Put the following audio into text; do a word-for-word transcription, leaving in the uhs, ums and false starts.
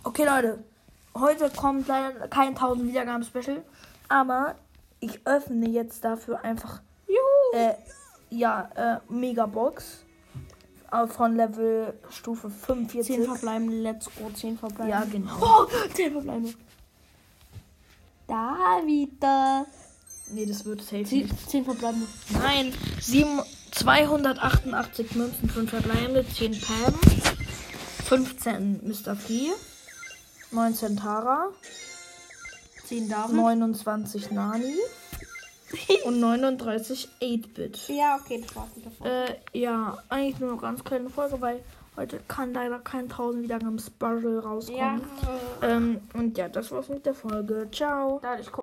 Okay, Leute. Heute kommt leider kein tausend Wiedergaben Special. Aber ich öffne jetzt dafür einfach. Juhu. Äh, ja, äh, Megabox. Äh, von Level Stufe fünfundvierzig. zehn verbleibende, let's go. zehn verbleibende. Ja, genau. Oh, zehn verbleibende. Da wieder. Nee, das wird safe zehn, nicht. zehn verbleibende. Nein, sieben, zweihundertachtundachtzig Münzen, fünf verbleibende, zehn Pam, fünfzehn Mister P, neunzehn Tara, zehn Damen. neunundzwanzig Nani und neununddreißig acht-Bit. Ja, okay, das war's mit der Folge. Äh, ja, eigentlich nur eine ganz kleine Folge, weil heute kann leider kein tausend Wiedergaben Special rauskommen. Ja. Ähm, und ja, das war's mit der Folge. Ciao. Da, ich guck